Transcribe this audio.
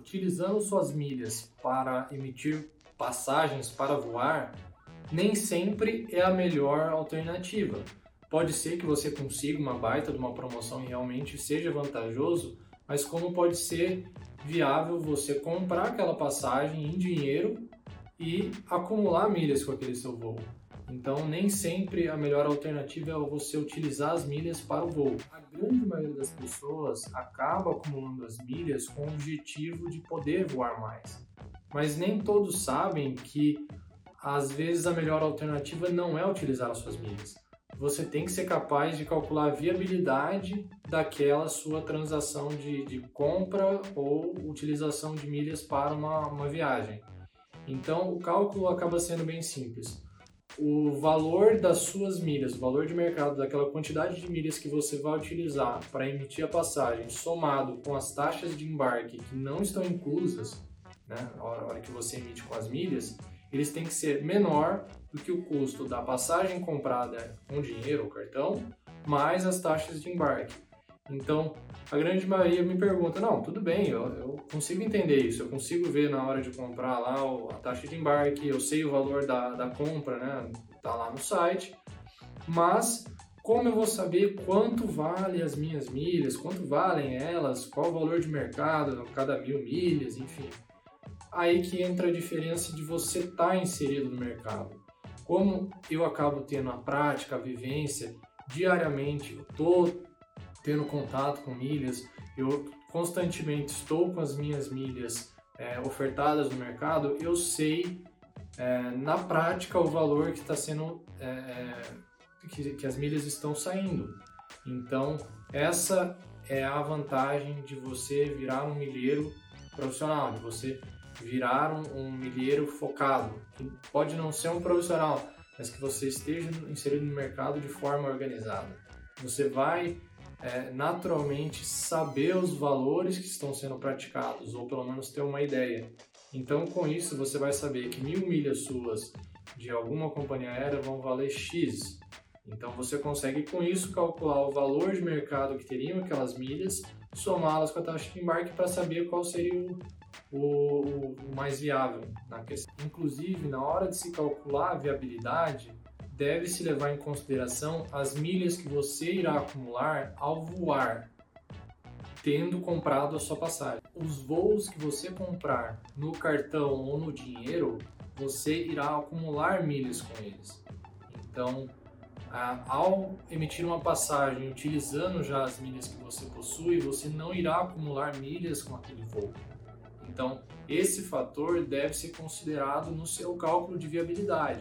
utilizando suas milhas para emitir passagens para voar, nem sempre é a melhor alternativa. Pode ser que você consiga uma baita de uma promoção e realmente seja vantajoso, mas como pode ser viável você comprar aquela passagem em dinheiro e acumular milhas com aquele seu voo. Então, nem sempre a melhor alternativa é você utilizar as milhas para o voo. A grande maioria das pessoas acaba acumulando as milhas com o objetivo de poder voar mais. Mas nem todos sabem que, às vezes, a melhor alternativa não é utilizar as suas milhas. Você tem que ser capaz de calcular a viabilidade daquela sua transação de compra ou utilização de milhas para uma viagem. Então, o cálculo acaba sendo bem simples. O valor das suas milhas, o valor de mercado daquela quantidade de milhas que você vai utilizar para emitir a passagem, somado com as taxas de embarque que não estão inclusas, né, na hora que você emite com as milhas, eles têm que ser menor do que o custo da passagem comprada com dinheiro ou cartão, mais as taxas de embarque. Então, a grande maioria me pergunta, não, tudo bem, eu consigo entender isso, eu consigo ver na hora de comprar lá a taxa de embarque, eu sei o valor da compra, né, tá lá no site, mas como eu vou saber quanto vale as minhas milhas, quanto valem elas, qual o valor de mercado, cada 1000 milhas, enfim. Aí que entra a diferença de você estar inserido no mercado. Como eu acabo tendo a prática, a vivência, diariamente, eu estou tendo contato com milhas, eu constantemente estou com as minhas milhas ofertadas no mercado, eu sei na prática o valor que está sendo, que as milhas estão saindo. Então, essa é a vantagem de você virar um milheiro profissional, de você virar um milheiro focado, que pode não ser um profissional, mas que você esteja inserido no mercado de forma organizada. Você vai naturalmente saber os valores que estão sendo praticados, ou pelo menos ter uma ideia. Então, com isso, você vai saber que 1000 milhas suas de alguma companhia aérea vão valer X. Então, você consegue, com isso, calcular o valor de mercado que teriam aquelas milhas, somá-las com a taxa de embarque para saber qual seria o mais viável na questão. Inclusive, na hora de se calcular a viabilidade, deve-se levar em consideração as milhas que você irá acumular ao voar, tendo comprado a sua passagem. Os voos que você comprar no cartão ou no dinheiro, você irá acumular milhas com eles. Então, ao emitir uma passagem utilizando já as milhas que você possui, você não irá acumular milhas com aquele voo. Então, esse fator deve ser considerado no seu cálculo de viabilidade.